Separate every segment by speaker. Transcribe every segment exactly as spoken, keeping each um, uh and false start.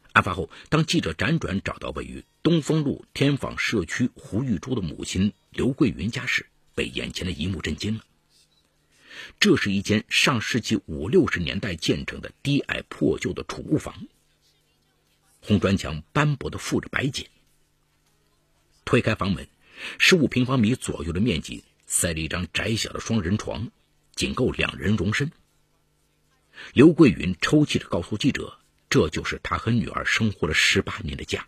Speaker 1: 案发后，当记者辗转找到位于东风路天坊社区胡玉珠的母亲刘桂云家时，被眼前的一幕震惊了。这是一间上世纪五六十年代建成的低矮破旧的储物房，红砖墙斑驳地覆着白茧。推开房门，十五平方米左右的面积塞了一张窄小的双人床，仅够两人容身。刘桂云抽泣着告诉记者，这就是她和女儿生活了十八年的家。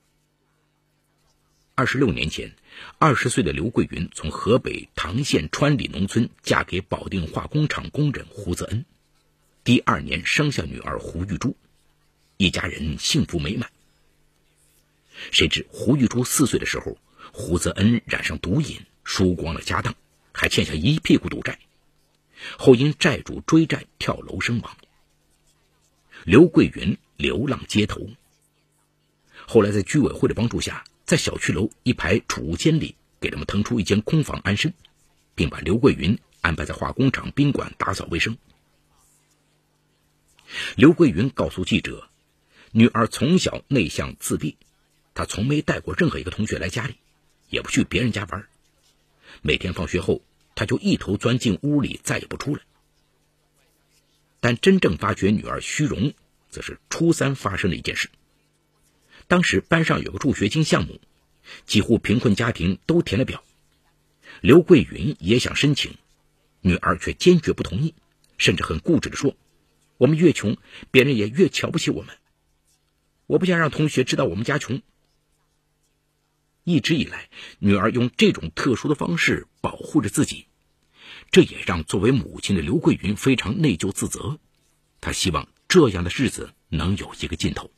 Speaker 1: 二十六年前，二十岁的刘桂云从河北唐县川里农村嫁给保定化工厂工人胡泽恩，第二年生下女儿胡玉珠，一家人幸福美满。谁知胡玉珠四岁的时候，胡泽恩染上毒瘾，输光了家当，还欠下一屁股赌债，后因债主追债跳楼身亡。刘桂云流浪街头，后来在居委会的帮助下，在小区楼一排储物间里给他们腾出一间空房安身，并把刘桂云安排在化工厂宾馆打扫卫生。刘桂云告诉记者，女儿从小内向自闭，她从没带过任何一个同学来家里，也不去别人家玩。每天放学后，她就一头钻进屋里，再也不出来。但真正发觉女儿虚荣，则是初三发生的一件事。当时班上有个助学金项目，几户贫困家庭都填了表，刘桂云也想申请，女儿却坚决不同意，甚至很固执地说，我们越穷，别人也越瞧不起我们，我不想让同学知道我们家穷。一直以来，女儿用这种特殊的方式保护着自己，这也让作为母亲的刘桂云非常内疚自责，她希望这样的日子能有一个尽头。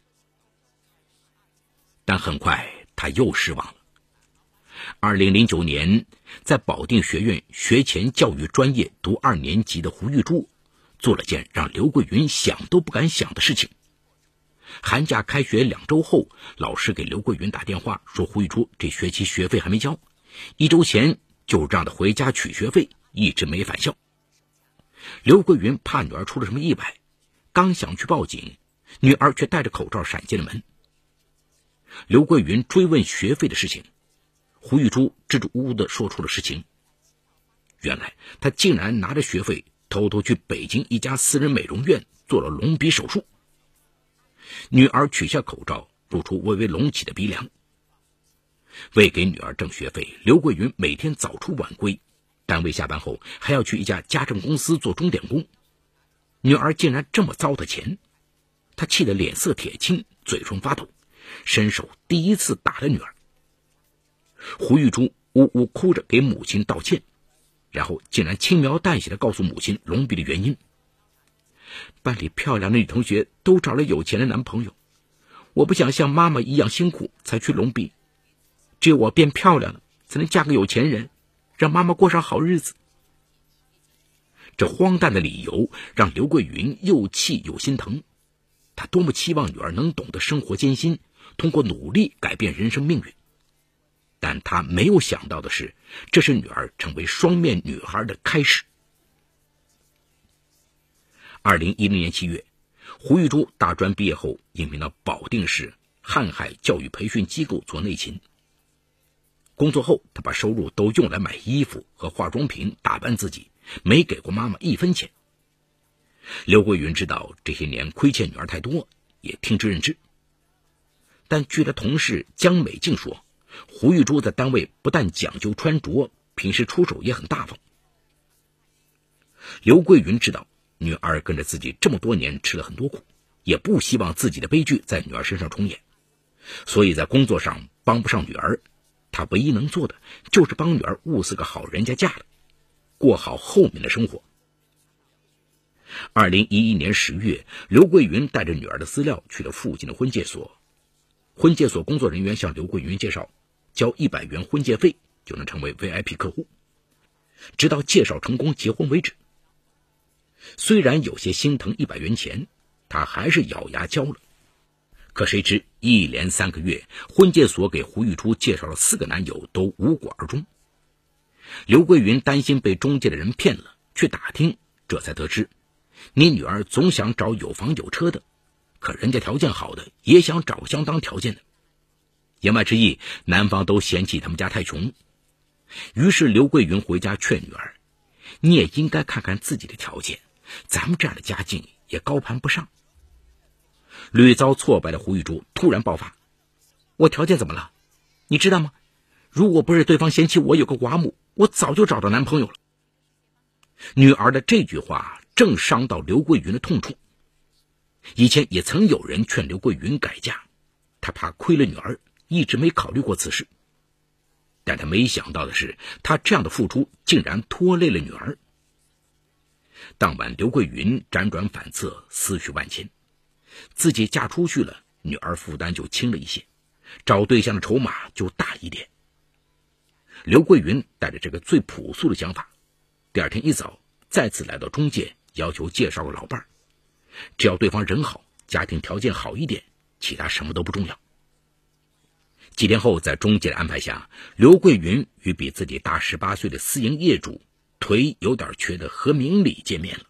Speaker 1: 但很快她又失望了。二零零九年，在保定学院学前教育专业读二年级的胡玉珠做了件让刘桂云想都不敢想的事情。寒假开学两周后，老师给刘桂云打电话说胡玉珠这学期学费还没交，一周前就让她回家取学费，一直没返校。刘桂云怕女儿出了什么意外，刚想去报警，女儿却戴着口罩闪进了门。刘桂云追问学费的事情，胡玉珠支支吾吾地说出了实情。原来她竟然拿着学费偷偷去北京一家私人美容院做了隆鼻手术。女儿取下口罩，露出微微隆起的鼻梁。为给女儿挣学费，刘桂云每天早出晚归，单位下班后还要去一家家政公司做钟点工。女儿竟然这么糟蹋钱，她气得脸色铁青，嘴唇发抖，伸手第一次打了女儿。胡玉珠呜呜哭着给母亲道歉，然后竟然轻描淡写地告诉母亲隆鼻的原因。班里漂亮的女同学都找了有钱的男朋友，我不想像妈妈一样辛苦才去隆鼻，只有我变漂亮了，才能嫁个有钱人，让妈妈过上好日子。这荒诞的理由让刘桂云又气又心疼，她多么期望女儿能懂得生活艰辛，通过努力改变人生命运。但她没有想到的是，这是女儿成为双面女孩的开始。二零一零年七月，胡玉珠大专毕业后应聘到保定市瀚海教育培训机构做内勤。工作后，她把收入都用来买衣服和化妆品打扮自己，没给过妈妈一分钱。刘桂云知道这些年亏欠女儿太多，也听之任之。但据她同事江美静说，胡玉珠在单位不但讲究穿着，平时出手也很大方。刘桂云知道女儿跟着自己这么多年吃了很多苦，也不希望自己的悲剧在女儿身上重演，所以在工作上帮不上女儿，她唯一能做的就是帮女儿物色个好人家嫁了，过好后面的生活。二零一一年十月，刘桂云带着女儿的资料去了附近的婚介所，婚介所工作人员向刘桂云介绍，交一百元婚介费就能成为 V I P 客户，直到介绍成功结婚为止。虽然有些心疼一百元钱，她还是咬牙交了。可谁知一连三个月，婚介所给胡玉珠介绍了四个男友，都无果而终。刘桂云担心被中介的人骗了，去打听，这才得知，你女儿总想找有房有车的， 可人家条件好的也想找相当条件的。言外之意，男方都嫌弃他们家太穷。于是刘桂云回家劝女儿，你也应该看看自己的条件，咱们这样的家境也高攀不上。屡遭挫败的胡玉珠突然爆发，我条件怎么了？你知道吗？如果不是对方嫌弃我有个寡母，我早就找到男朋友了。女儿的这句话正伤到刘桂云的痛处。以前也曾有人劝刘桂云改嫁，她怕亏了女儿，一直没考虑过此事。但她没想到的是，她这样的付出竟然拖累了女儿。当晚刘桂云辗转反侧，思绪万千，自己嫁出去了，女儿负担就轻了一些，找对象的筹码就大一点。刘桂云带着这个最朴素的想法，第二天一早再次来到中介，要求介绍个老伴儿，只要对方人好，家庭条件好一点，其他什么都不重要。几天后，在中介的安排下，刘桂云与比自己大十八岁的私营业主腿有点瘸的何明礼见面了。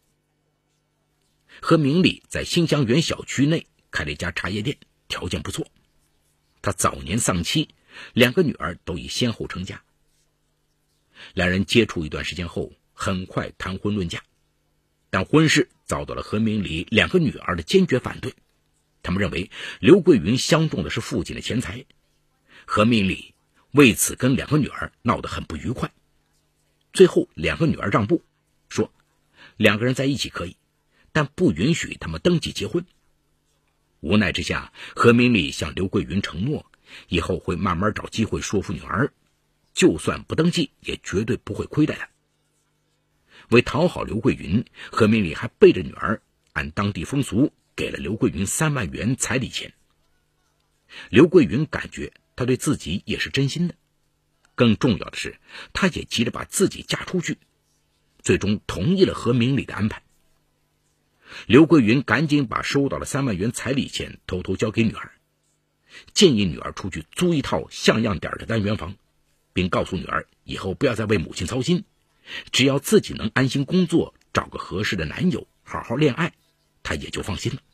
Speaker 1: 何明礼在新乡园小区内开了一家茶叶店，条件不错。他早年丧妻，两个女儿都已先后成家。两人接触一段时间后，很快谈婚论嫁，但婚事遭到了何明礼两个女儿的坚决反对。他们认为刘桂云相中的是父亲的钱财，何明礼为此跟两个女儿闹得很不愉快。最后两个女儿让步，说两个人在一起可以，但不允许他们登记结婚。无奈之下，何明礼向刘桂云承诺，以后会慢慢找机会说服女儿，就算不登记也绝对不会亏待她。为讨好刘桂云，何明礼还背着女儿按当地风俗给了刘桂云三万元彩礼钱。刘桂云感觉他对自己也是真心的，更重要的是他也急着把自己嫁出去，最终同意了何明礼的安排。刘桂云赶紧把收到了三万元彩礼钱偷偷交给女儿，建议女儿出去租一套像样点的单元房，并告诉女儿以后不要再为母亲操心，只要自己能安心工作，找个合适的男友，好好恋爱，她也就放心了。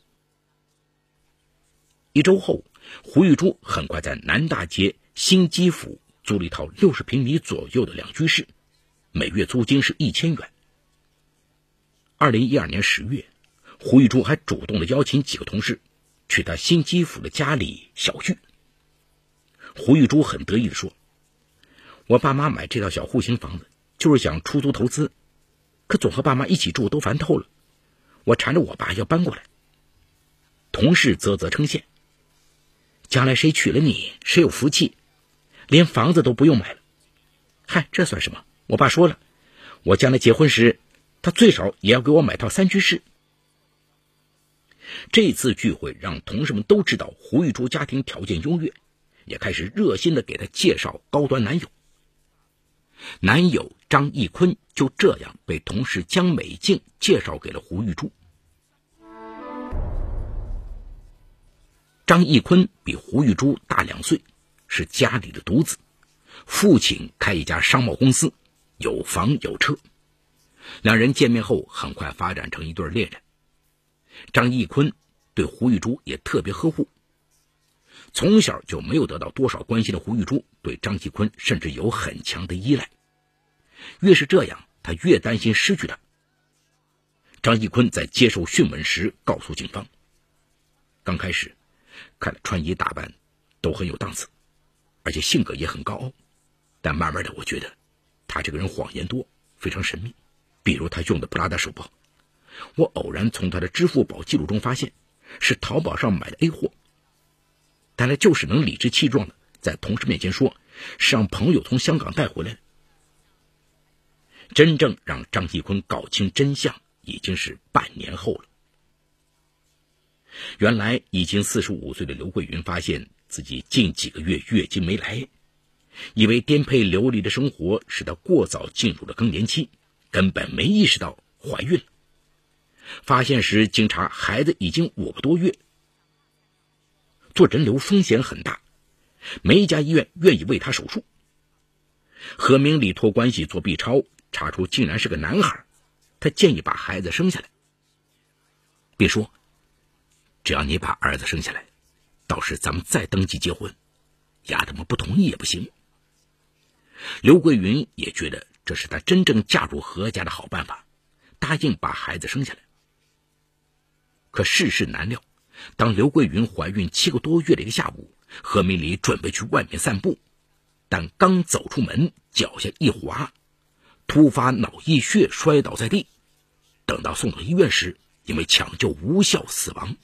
Speaker 1: 一周后，胡玉珠很快在南大街新基府租了一套六十平米左右的两居室，每月租金是一千元。二零一二年十月，胡玉珠还主动的邀请几个同事去他新基府的家里小聚。胡玉珠很得意的说，我爸妈买这套小户型房子就是想出租投资，可总和爸妈一起住都烦透了，我缠着我爸要搬过来。同事啧啧称羡，将来谁娶了你谁有福气，连房子都不用买了。嗨，这算什么？我爸说了，我将来结婚时他最少也要给我买套三居室。这次聚会让同事们都知道胡玉珠家庭条件优越，也开始热心的给她介绍高端男友。男友张义坤就这样被同事江美静介绍给了胡玉珠。张义坤比胡玉珠大两岁，是家里的独子，父亲开一家商贸公司，有房有车。两人见面后很快发展成一对恋人。张义坤对胡玉珠也特别呵护，从小就没有得到多少关心的胡玉珠对张义坤甚至有很强的依赖。越是这样，他越担心失去他。张义坤在接受讯问时告诉警方，刚开始看了穿衣打扮都很有档次，而且性格也很高傲，但慢慢的我觉得他这个人谎言多，非常神秘。比如他用的普拉达手包，我偶然从他的支付宝记录中发现是淘宝上买的 A 货，但他就是能理直气壮的在同事面前说是让朋友从香港带回来的。真正让张义坤搞清真相已经是半年后了。原来已经四十五岁的刘桂云发现自己近几个月月经没来，以为颠沛流离的生活使她过早进入了更年期，根本没意识到怀孕了。发现时经查，孩子已经五个多月。做人流风险很大，没一家医院愿意为她手术。何明礼托关系做 B 超，查出竟然是个男孩，他建议把孩子生下来，并说只要你把儿子生下来，到时咱们再登记结婚，丫头们不同意也不行。刘桂云也觉得这是她真正嫁入何家的好办法，答应把孩子生下来。可世事难料，当刘桂云怀孕七个多月的一个下午，何明礼准备去外面散步，但刚走出门，脚下一滑，突发脑溢血摔倒在地。等到送到医院时，因为抢救无效死亡。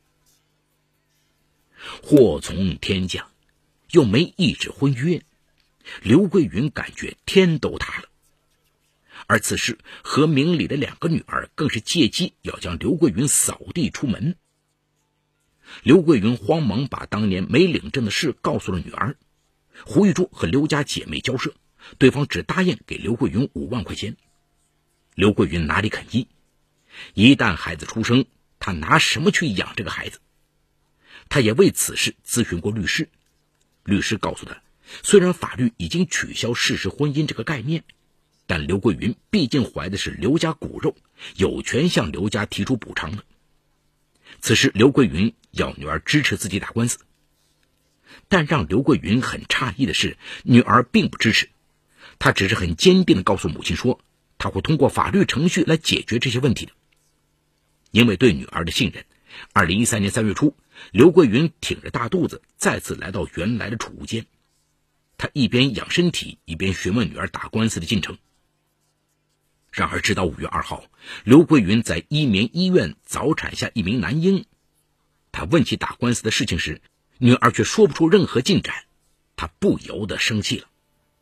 Speaker 1: 祸从天降，又没一纸婚约，刘桂云感觉天都塌了。而此时何明礼的两个女儿更是借机要将刘桂云扫地出门。刘桂云慌忙把当年没领证的事告诉了女儿。胡玉珠和刘家姐妹交涉，对方只答应给刘桂云五万块钱。刘桂云哪里肯依？一旦孩子出生，她拿什么去养这个孩子？她也为此事咨询过律师，律师告诉她，虽然法律已经取消事实婚姻这个概念，但刘桂云毕竟怀的是刘家骨肉，有权向刘家提出补偿的。此时刘桂云要女儿支持自己打官司，但让刘桂云很诧异的是，女儿并不支持，她只是很坚定地告诉母亲说，她会通过法律程序来解决这些问题的。因为对女儿的信任，二零一三年三月初，刘桂云挺着大肚子再次来到原来的储物间，她一边养身体，一边询问女儿打官司的进程。然而直到五月二号，刘桂云在一棉医院早产下一名男婴，她问起打官司的事情时，女儿却说不出任何进展，她不由得生气了。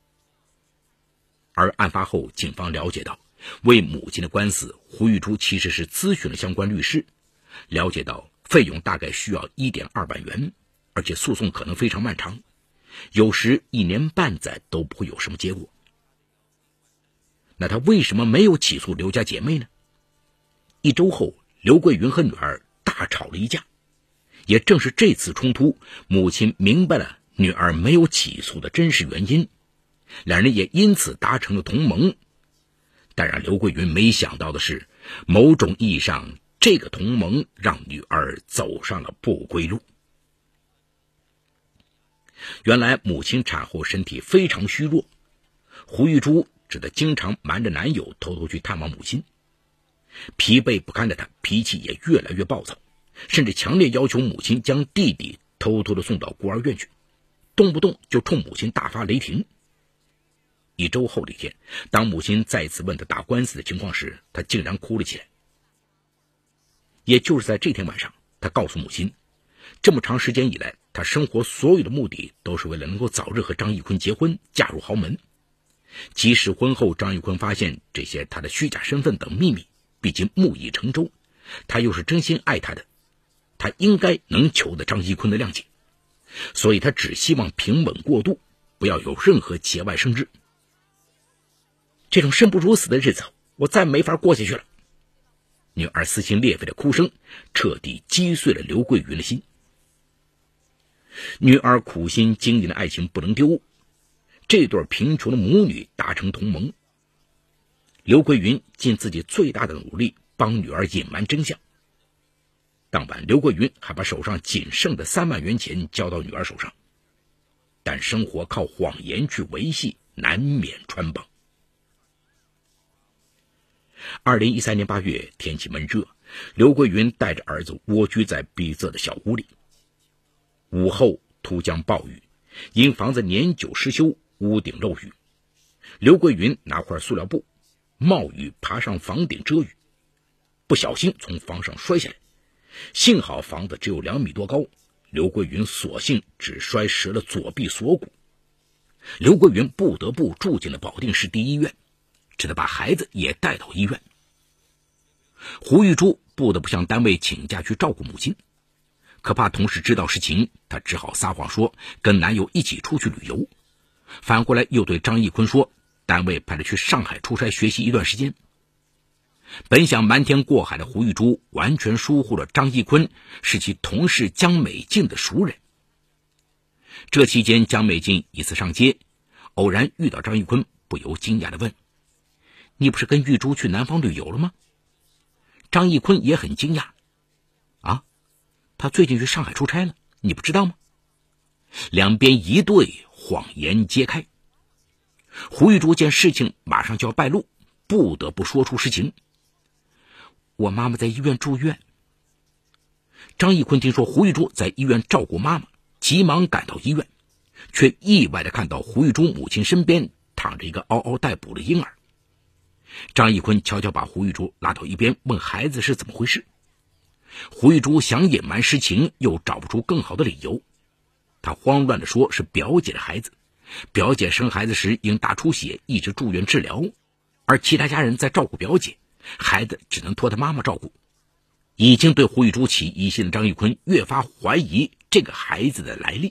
Speaker 1: 而案发后，警方了解到，为母亲的官司，胡玉珠其实是咨询了相关律师，了解到费用大概需要 一点二万元，而且诉讼可能非常漫长，有时一年半载都不会有什么结果。那他为什么没有起诉刘家姐妹呢？一周后，刘桂云和女儿大吵了一架，也正是这次冲突，母亲明白了女儿没有起诉的真实原因，两人也因此达成了同盟。但让刘桂云没想到的是，某种意义上，这个同盟让女儿走上了不归路。原来母亲产后身体非常虚弱，胡玉珠只得经常瞒着男友偷偷去探望母亲。疲惫不堪的她脾气也越来越暴躁，甚至强烈要求母亲将弟弟偷偷的送到孤儿院去，动不动就冲母亲大发雷霆。一周后的一天，当母亲再次问他打官司的情况时，他竟然哭了起来。也就是在这天晚上，他告诉母亲，这么长时间以来，他生活所有的目的都是为了能够早日和张义坤结婚，嫁入豪门。即使婚后张义坤发现这些他的虚假身份等秘密，毕竟木已成舟，他又是真心爱他的，他应该能求得张义坤的谅解，所以他只希望平稳过渡，不要有任何节外生枝。这种生不如死的日子，我再没法过下去了。女儿撕心裂肺的哭声彻底击碎了刘桂云的心。女儿苦心经营的爱情不能丢，这对贫穷的母女达成同盟。刘桂云尽自己最大的努力帮女儿隐瞒真相。当晚，刘桂云还把手上仅剩的三万元钱交到女儿手上，但生活靠谎言去维系，难免穿帮。二零一三年八月，天气闷热，刘桂云带着儿子蜗居在逼仄的小屋里。午后突降暴雨，因房子年久失修，屋顶漏雨。刘桂云拿块塑料布，冒雨爬上房顶遮雨，不小心从房上摔下来。幸好房子只有两米多高，刘桂云所幸只摔折了左臂锁骨。刘桂云不得不住进了保定市第一医院，只得把孩子也带到医院。胡玉珠不得不向单位请假去照顾母亲，可怕同事知道实情，她只好撒谎说跟男友一起出去旅游，反过来又对张义坤说单位派他去上海出差学习一段时间。本想瞒天过海的胡玉珠完全疏忽了张义坤是其同事江美静的熟人。这期间，江美静一次上街，偶然遇到张义坤，不由惊讶地问：你不是跟玉珠去南方旅游了吗？张义坤也很惊讶：啊， 他最近去上海出差了，你不知道吗？两边一对，谎言揭开。胡玉珠见事情马上就要败露，不得不说出实情。我妈妈在医院住院。张义坤听说胡玉珠在医院照顾妈妈，急忙赶到医院，却意外地看到胡玉珠母亲身边躺着一个嗷嗷待哺的婴儿。张义坤悄悄把胡玉珠拉到一边，问孩子是怎么回事。胡玉珠想隐瞒实情，又找不出更好的理由。他慌乱地说是表姐的孩子，表姐生孩子时因大出血一直住院治疗，而其他家人在照顾表姐，孩子只能托他妈妈照顾。已经对胡玉珠起疑心的张义坤越发怀疑这个孩子的来历。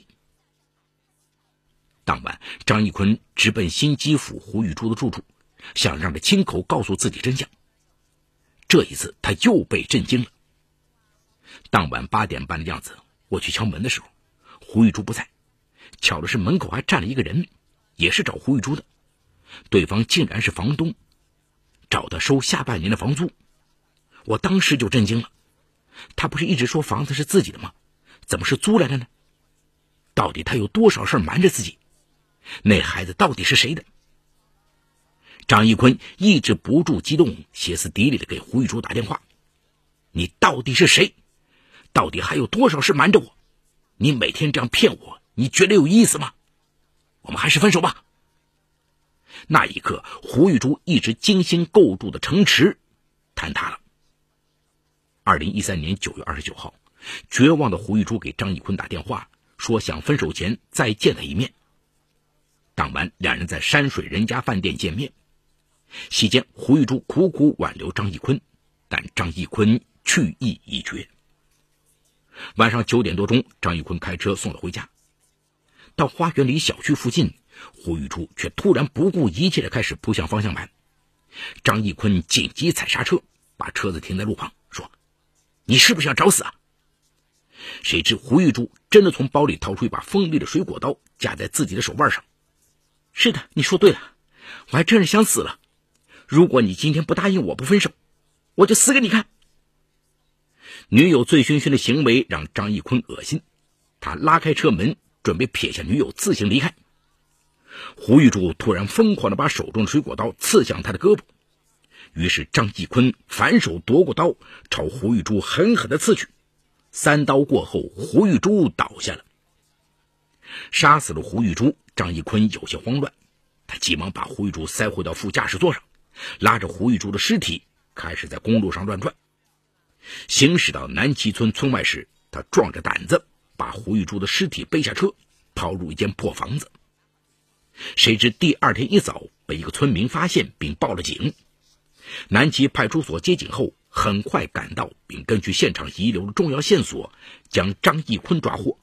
Speaker 1: 当晚，张义坤直奔新基府胡玉珠的住处，想让他亲口告诉自己真相。这一次他又被震惊了。当晚八点半的样子，我去敲门的时候，胡玉珠不在，巧的是门口还站了一个人，也是找胡玉珠的，对方竟然是房东，找他收下半年的房租。我当时就震惊了，他不是一直说房子是自己的吗？怎么是租来的呢？到底他有多少事瞒着自己？那孩子到底是谁的？张义坤抑制不住激动，歇斯底里的给胡玉珠打电话。你到底是谁？到底还有多少事瞒着我？你每天这样骗我，你觉得有意思吗？我们还是分手吧。那一刻，胡玉珠一直精心构筑的城池坍塌了。二零一三年九月二十九号，绝望的胡玉珠给张义坤打电话，说想分手前再见他一面。当晚，两人在山水人家饭店见面。席间，胡玉珠苦苦挽留张义坤，但张义坤去意已决。晚上九点多钟，张义坤开车送她回家。到花园里小区附近，胡玉珠却突然不顾一切地开始扑向方向盘。张义坤紧急踩刹车，把车子停在路旁，说：你是不是要找死啊？谁知胡玉珠真的从包里掏出一把锋利的水果刀，架在自己的手腕上。是的，你说对了，我还真是想死了。如果你今天不答应我不分手，我就死给你看。女友醉醺醺的行为让张义坤恶心，他拉开车门，准备撇下女友自行离开。胡玉珠突然疯狂地把手中的水果刀刺向他的胳膊，于是张义坤反手夺过刀，朝胡玉珠狠狠地刺去。三刀过后，胡玉珠倒下了。杀死了胡玉珠，张义坤有些慌乱，他急忙把胡玉珠塞回到副驾驶座上，拉着胡玉珠的尸体开始在公路上乱转。行驶到南旗村村外时，他壮着胆子把胡玉珠的尸体背下车，抛入一间破房子。谁知第二天一早被一个村民发现并报了警。南旗派出所接警后很快赶到，并根据现场遗留的重要线索将张义坤抓获。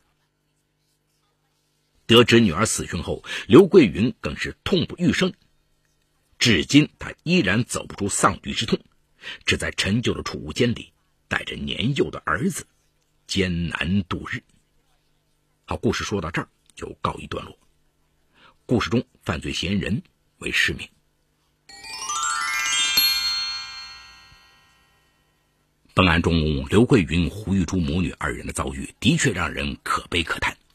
Speaker 1: 得知女儿死讯后，刘桂云更是痛不欲生，至今她依然走不出丧女之痛，只在陈旧的储物间里带着年幼的儿子艰难度日。好，故事说到这儿就告一段落。故事中犯罪嫌疑人为施明。本案中刘桂云、胡玉珠母女二人的遭遇的确让人可悲可叹。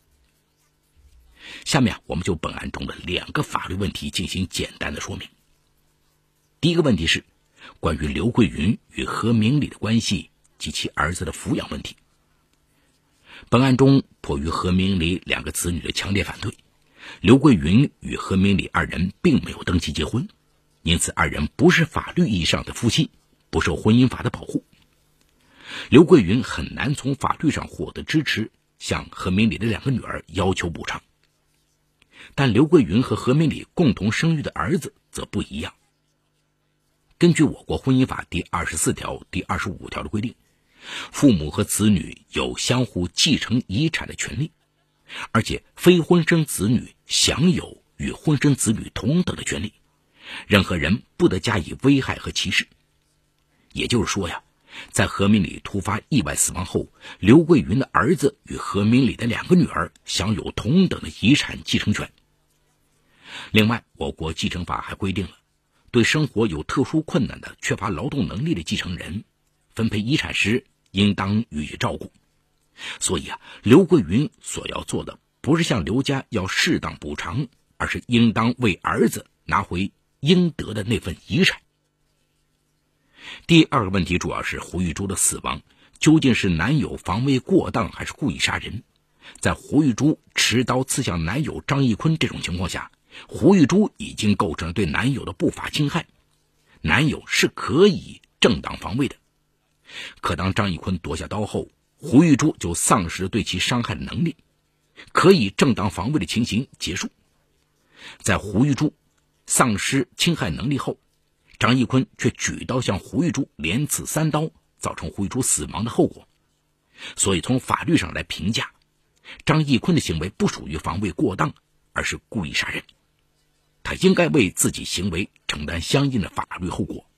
Speaker 1: 下面我们就本案中的两个法律问题进行简单的说明。第一个问题是关于刘桂云与何明礼的关系及其儿子的抚养问题。本案中迫于何明礼两个子女的强烈反对，刘桂云与何明礼二人并没有登记结婚，因此二人不是法律意义上的夫妻，不受婚姻法的保护。刘桂云很难从法律上获得支持，向何明礼的两个女儿要求补偿。但刘桂云和何明礼共同生育的儿子则不一样。根据我国婚姻法第二十四条、第二十五条的规定，父母和子女有相互继承遗产的权利，而且非婚生子女享有与婚生子女同等的权利，任何人不得加以危害和歧视。也就是说呀，在何明礼突发意外死亡后，刘桂云的儿子与何明礼的两个女儿享有同等的遗产继承权。另外，我国继承法还规定了，对生活有特殊困难的缺乏劳动能力的继承人，分配遗产时应当予以照顾， 所以啊，刘桂云所要做的不是向刘家要适当补偿，而是应当为儿子拿回应得的那份遗产。第二个问题主要是胡玉珠的死亡究竟是男友防卫过当还是故意杀人。在胡玉珠持刀刺向男友张义坤这种情况下，胡玉珠已经构成了对男友的不法侵害，男友是可以正当防卫的。可当张义坤夺下刀后，胡玉珠就丧失了对其伤害的能力，可以正当防卫的情形结束。在胡玉珠丧失侵害能力后，张义坤却举刀向胡玉珠连刺三刀，造成胡玉珠死亡的后果。所以从法律上来评价，张义坤的行为不属于防卫过当，而是故意杀人，他应该为自己行为承担相应的法律后果。